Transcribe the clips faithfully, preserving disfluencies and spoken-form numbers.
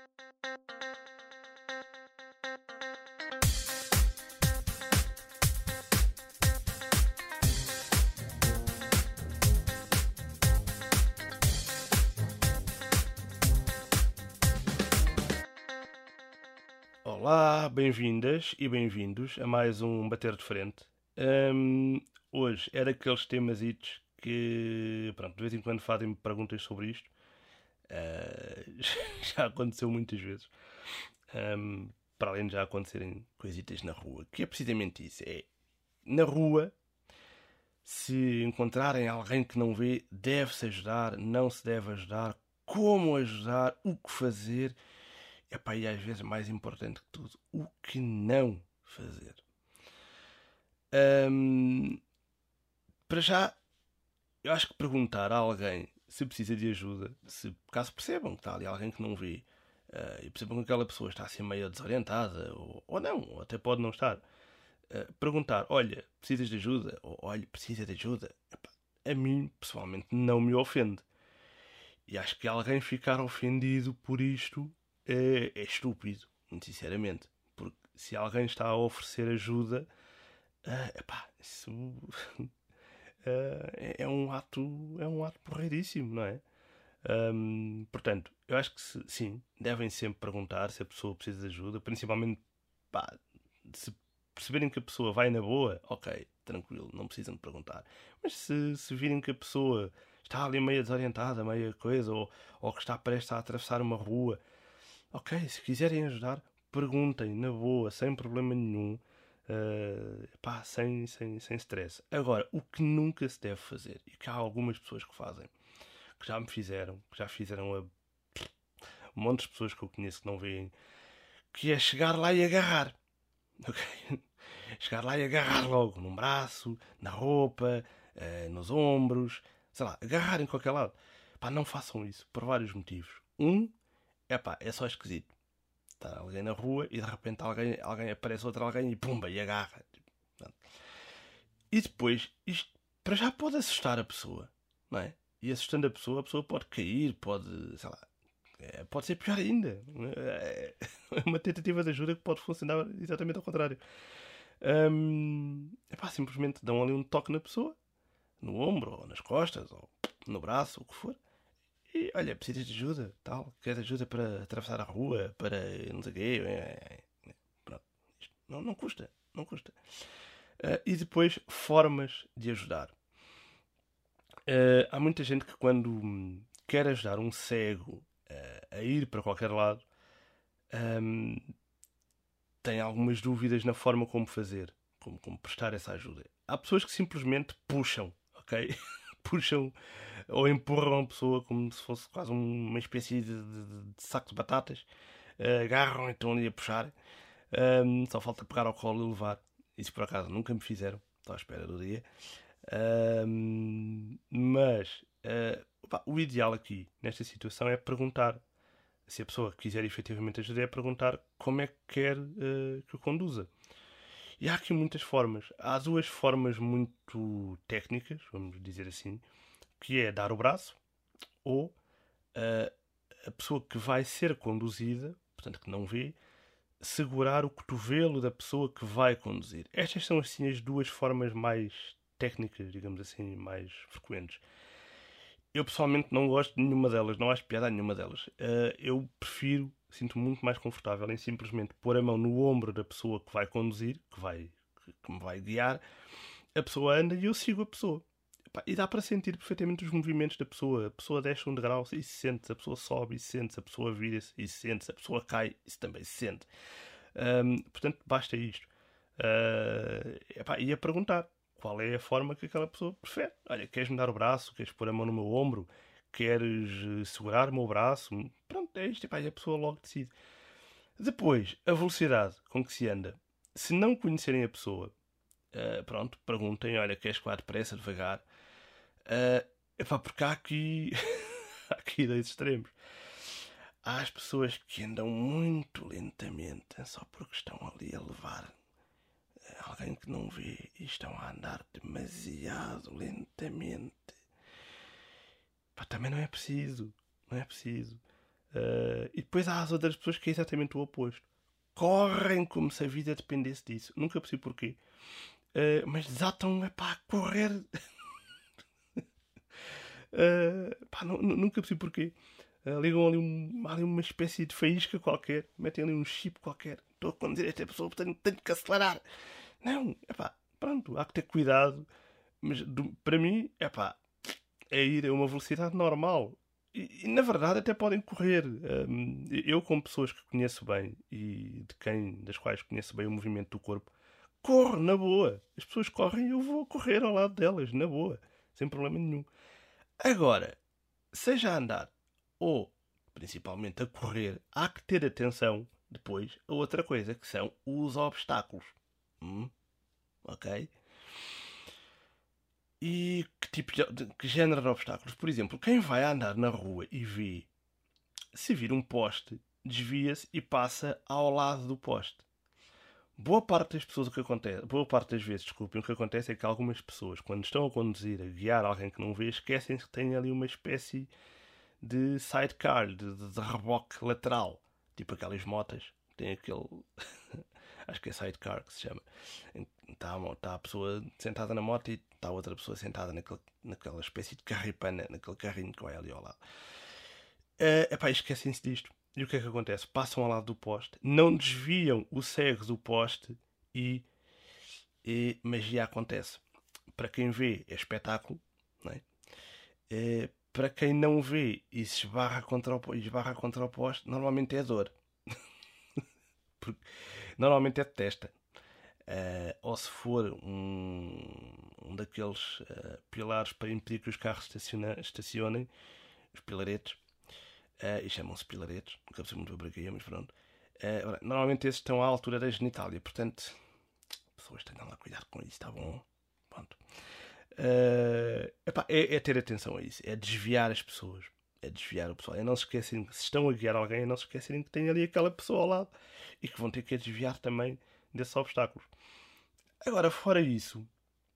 Olá, bem-vindas e bem-vindos a mais um Bater de Frente. Hum, hoje é daqueles temasitos que, pronto, de vez em quando fazem-me perguntas sobre isto. Uh, já aconteceu muitas vezes. Hum, para além de já acontecerem coisitas na rua, que é precisamente isso. É, na rua, se encontrarem alguém que não vê, deve-se ajudar, não se deve ajudar, como ajudar, o que fazer. Epá, e às vezes mais importante que tudo, o que não fazer. Hum, para já, eu acho que perguntar a alguém se precisa de ajuda, se caso percebam que está ali alguém que não vê, uh, e percebam que aquela pessoa está assim meio desorientada, ou, ou não, ou até pode não estar, uh, perguntar, olha, precisas de ajuda? Ou olha, precisa de ajuda? Epá, a mim, pessoalmente, não me ofende. E acho que alguém ficar ofendido por isto é, é estúpido, muito sinceramente. Porque se alguém está a oferecer ajuda, uh, epá, isso uh, é, é um ato é um ato porreiríssimo, não é? Um, portanto, eu acho que se, sim, devem sempre perguntar se a pessoa precisa de ajuda, principalmente pá, se perceberem que a pessoa vai na boa, ok, tranquilo, não precisam de perguntar. Mas se, se virem que a pessoa está ali meio desorientada, meia coisa, ou, ou que está prestes a atravessar uma rua, ok, se quiserem ajudar, perguntem na boa, sem problema nenhum, uh, pá, sem, sem, sem stress. Agora, o que nunca se deve fazer, e que há algumas pessoas que fazem, que já me fizeram, que já fizeram a um monte de pessoas que eu conheço que não veem, que é chegar lá e agarrar. Ok? Chegar lá e agarrar logo num braço, na roupa, uh, nos ombros, sei lá, agarrar em qualquer lado. Pá, não façam isso, por vários motivos. Um, é pá, é só esquisito. Está alguém na rua e de repente alguém, alguém aparece outro alguém e pumba, e agarra. E depois, isto para já pode assustar a pessoa, não é? E assustando a pessoa, a pessoa pode cair, pode, sei lá, é, pode ser pior ainda. É uma tentativa de ajuda que pode funcionar exatamente ao contrário. Hum, epá, simplesmente dão ali um toque na pessoa, no ombro, ou nas costas, ou no braço, o que for. E olha, precisas de ajuda, tal, queres ajuda para atravessar a rua, para não sei o quê. É, é, pronto, isto não, não custa, não custa. Uh, e depois, formas de ajudar. Uh, há muita gente que quando hum, quer ajudar um cego uh, a ir para qualquer lado, um, tem algumas dúvidas na forma como fazer, como, como prestar essa ajuda. Há pessoas que simplesmente puxam, ok? Puxam ou empurram a pessoa como se fosse quase uma espécie de, de, de saco de batatas. Uh, agarram e estão ali a puxar. Um, só falta pegar ao colo e levar. Isso por acaso nunca me fizeram. Estou à espera do dia. Um, mas uh, opa, o ideal aqui, nesta situação, é perguntar. Se a pessoa quiser efetivamente ajudar, é perguntar como é que quer uh, que o conduza. E há aqui muitas formas. Há duas formas muito técnicas, vamos dizer assim, que é dar o braço ou uh, a pessoa que vai ser conduzida, portanto que não vê, segurar o cotovelo da pessoa que vai conduzir. Estas são assim as duas formas mais técnicas, digamos assim, mais frequentes. Eu pessoalmente não gosto de nenhuma delas, não acho piada a nenhuma delas. Uh, eu prefiro, sinto-me muito mais confortável em simplesmente pôr a mão no ombro da pessoa que vai conduzir, que, vai, que, que me vai guiar, a pessoa anda e eu sigo a pessoa. E dá para sentir perfeitamente os movimentos da pessoa. A pessoa desce um degrau e se sente, a pessoa sobe e se sente, a pessoa vira-se e se sente, a pessoa cai e se também se sente. Um, portanto, basta isto. Uh, epá, e a perguntar qual é a forma que aquela pessoa prefere. Olha, queres-me dar o braço? Queres pôr a mão no meu ombro? Queres segurar o meu braço? Pronto, é isto. Epá, e a pessoa logo decide. Depois, a velocidade com que se anda. Se não conhecerem a pessoa, uh, pronto, perguntem, olha, queres que vá depressa, devagar? Uh, epá, porque há aqui, há aqui dois extremos. Há as pessoas que andam muito lentamente só porque estão ali a levar alguém que não vê e estão a andar demasiado lentamente. Pá, também não é preciso. Não é preciso. Uh, e depois há as outras pessoas que é exatamente o oposto. Correm como se a vida dependesse disso. Nunca percebi porquê. Uh, mas desatam é pá, a correr. uh, pá, não, nunca percebi porquê. Uh, ligam ali, um, ali uma espécie de faísca qualquer. Metem ali um chip qualquer. Estou a conduzir esta pessoa, portanto tenho que acelerar. Não, é pá, pronto, há que ter cuidado. Mas do, para mim, é pá, é ir a uma velocidade normal. E, e na verdade até podem correr. Um, eu, como pessoas que conheço bem e de quem, das quais conheço bem o movimento do corpo, corro na boa. As pessoas correm e eu vou correr ao lado delas, na boa, sem problema nenhum. Agora, seja a andar ou principalmente a correr, há que ter atenção depois a outra coisa, que são os obstáculos. Hum? Ok? E que tipo de, que género de obstáculos? Por exemplo, quem vai andar na rua e vê, se vir um poste, desvia-se e passa ao lado do poste. Boa parte das pessoas, o que acontece, boa parte das vezes, desculpem, o que acontece é que algumas pessoas, quando estão a conduzir, a guiar alguém que não vê, esquecem-se que têm ali uma espécie de sidecar, de, de, de reboque lateral. Tipo aquelas motas, tem aquele... acho que é sidecar que se chama. Está a, está a pessoa sentada na moto e está outra pessoa sentada naquele, naquela espécie de carripana, naquele carrinho que vai ali ao lado. Uh, epá, esquecem-se disto. E o que é que acontece? Passam ao lado do poste, não desviam o cego do poste e, e magia acontece. Para quem vê é espetáculo, não é? É, para quem não vê e se esbarra contra o, esbarra contra o poste, normalmente é dor. Porque normalmente é de testa. Uh, ou se for um, um daqueles uh, pilares para impedir que os carros estacionem, os pilaretes, uh, e chamam-se pilaretes, nunca percebi muito bem aqui, mas pronto. Uh, ora, normalmente esses estão à altura da genitália, portanto, pessoas tenham lá cuidado com isso, está bom? Pronto. Uh, epá, é, é ter atenção a isso, é desviar as pessoas, é desviar o pessoal, é não se esquecerem, se estão a guiar alguém, é não se esquecerem que tem ali aquela pessoa ao lado e que vão ter que desviar também desses obstáculos. Agora, fora isso,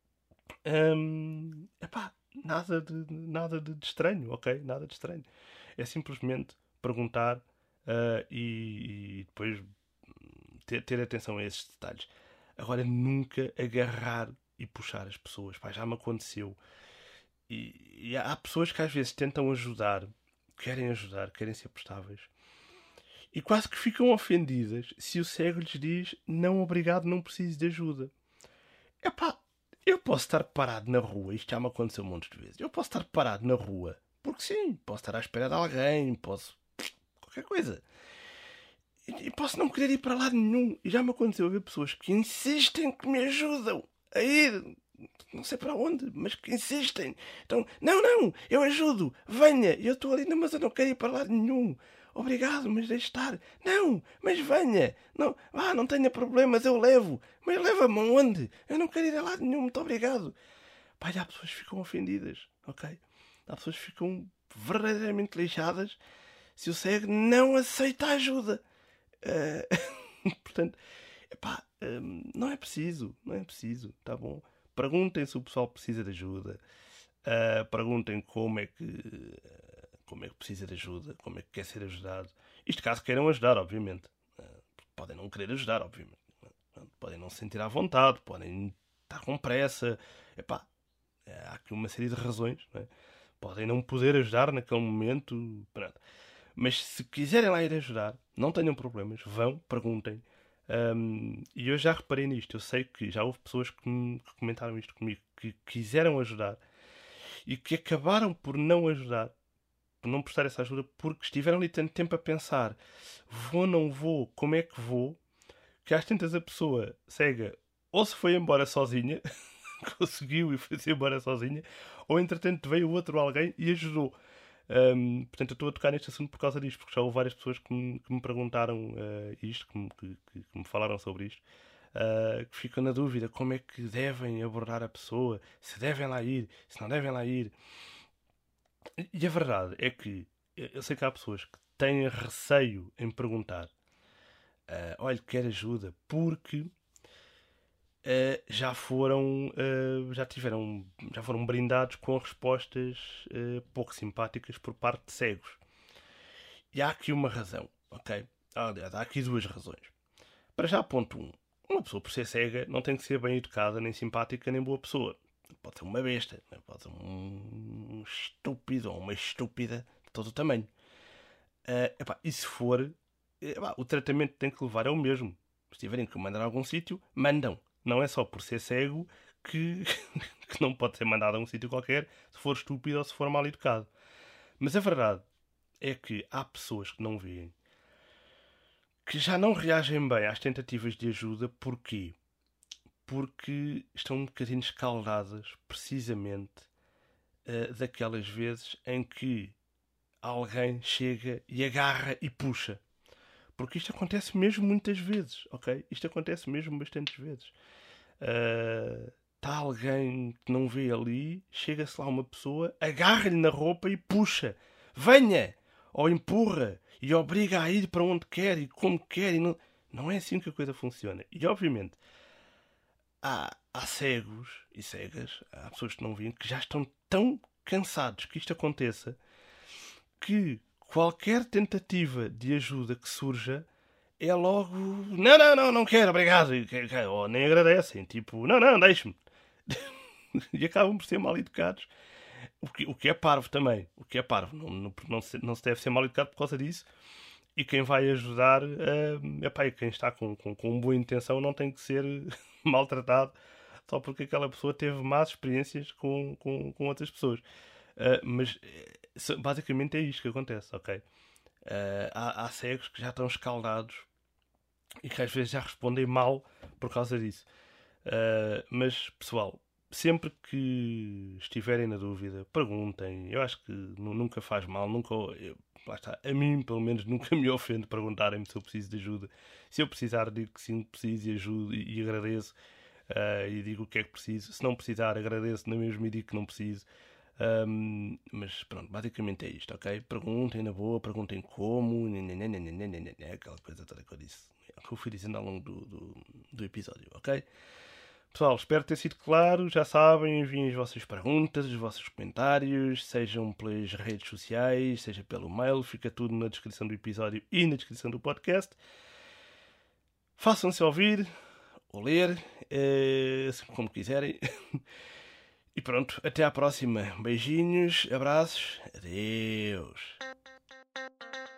hum, epá, nada de, nada de estranho, ok? Nada de estranho. É simplesmente perguntar uh, e, e depois ter, ter atenção a esses detalhes. Agora, nunca agarrar e puxar as pessoas. Pá, já me aconteceu. E, e há pessoas que às vezes tentam ajudar, querem ajudar, querem ser prestáveis. E quase que ficam ofendidas se o cego lhes diz não, obrigado, não preciso de ajuda. Epá, eu posso estar parado na rua, isto já me aconteceu um monte de vezes. Eu posso estar parado na rua, porque sim, posso estar à espera de alguém, posso... qualquer coisa. E, e posso não querer ir para lado nenhum. E já me aconteceu ver pessoas que insistem que me ajudam a ir, não sei para onde, mas que insistem. Então, não, não, eu ajudo, venha. E eu estou ali, não, mas eu não quero ir para lado nenhum. Obrigado, mas deixe estar. Não, mas venha. Não, ah, não tenha problemas, eu levo. Mas leva-me aonde? Eu não quero ir a lado nenhum, muito obrigado. Pai, há pessoas que ficam ofendidas, ok? Há pessoas que ficam verdadeiramente lixadas se o cego não aceita a ajuda. Uh, portanto, epá, um, não é preciso, não é preciso, tá bom? Perguntem se o pessoal precisa de ajuda. Uh, perguntem como é que... como é que precisa de ajuda, como é que quer ser ajudado. Isto caso queiram ajudar, obviamente. Podem não querer ajudar, obviamente. Podem não se sentir à vontade, podem estar com pressa. Epá, há aqui uma série de razões. Não é? Podem não poder ajudar naquele momento. Pronto. Mas se quiserem lá ir ajudar, não tenham problemas. Vão, perguntem. Um, e eu já reparei nisto. Eu sei que já houve pessoas que, me, que comentaram isto comigo, que quiseram ajudar e que acabaram por não ajudar, por não prestar essa ajuda, porque estiveram ali tanto tempo a pensar vou, não vou, como é que vou, que às tantas a pessoa cega ou se foi embora sozinha, conseguiu e foi-se embora sozinha, ou entretanto veio outro alguém e ajudou. Um, portanto, eu estou a tocar neste assunto por causa disto, porque já houve várias pessoas que me, que me perguntaram uh, isto, que me, que, que me falaram sobre isto, uh, que ficam na dúvida como é que devem abordar a pessoa, se devem lá ir, se não devem lá ir. E a verdade é que eu sei que há pessoas que têm receio em perguntar uh, olha, quer ajuda, porque uh, já foram uh, já tiveram já foram brindados com respostas uh, pouco simpáticas por parte de cegos. E há aqui uma razão, ok? Aliás, há aqui duas razões. Para já, ponto um. Uma pessoa, por ser cega, não tem que ser bem educada, nem simpática, nem boa pessoa. Pode ser uma besta, pode ser um estúpido ou uma estúpida de todo o tamanho. Uh, epá, e se for, epá, o tratamento que tem que levar é o mesmo. Se tiverem que mandar a algum sítio, mandam. Não é só por ser cego que, que não pode ser mandado a um sítio qualquer se for estúpido ou se for mal educado. Mas a verdade é que há pessoas que não veem, que já não reagem bem às tentativas de ajuda. Porquê? Porque estão um bocadinho escaldadas, precisamente, uh, daquelas vezes em que alguém chega e agarra e puxa. Porque isto acontece mesmo muitas vezes, ok? Isto acontece mesmo bastantes vezes. Está uh, alguém que não vê ali, chega-se lá uma pessoa, agarra-lhe na roupa e puxa. Venha! Ou empurra e obriga a ir para onde quer e como quer. E não... não é assim que a coisa funciona. E, obviamente, há, há cegos e cegas, há pessoas que não veem, que já estão tão cansados que isto aconteça que qualquer tentativa de ajuda que surja é logo não, não, não, não quero, obrigado, ou nem agradecem, tipo, não, não, deixe-me. E acabam por ser mal educados, o que, o que é parvo também, o que é parvo, não, não, não, se, não se deve ser mal educado por causa disso. E quem vai ajudar, uh, epá, quem está com, com, com boa intenção não tem que ser maltratado só porque aquela pessoa teve más experiências com, com, com outras pessoas. Uh, mas basicamente é isto que acontece, ok? Uh, há, há cegos que já estão escaldados e que às vezes já respondem mal por causa disso. Uh, mas, pessoal, sempre que estiverem na dúvida, perguntem. Eu acho que nunca faz mal, nunca... Eu, lá está, a mim, pelo menos, nunca me ofende perguntarem-me se eu preciso de ajuda. Se eu precisar, digo que sim, preciso e ajudo e, e agradeço. Uh, e digo o que é que preciso. Se não precisar, agradeço na mesma e digo que não preciso. Um, mas pronto, basicamente é isto, ok? Perguntem na boa, perguntem como, aquela coisa toda que eu disse, que eu fui dizendo ao longo do, do, do episódio, ok? Pessoal, espero ter sido claro. Já sabem, enviem as vossas perguntas, os vossos comentários, sejam pelas redes sociais, seja pelo mail, fica tudo na descrição do episódio e na descrição do podcast. Façam-se ouvir ou ler, como quiserem. E pronto, até à próxima. Beijinhos, abraços, adeus.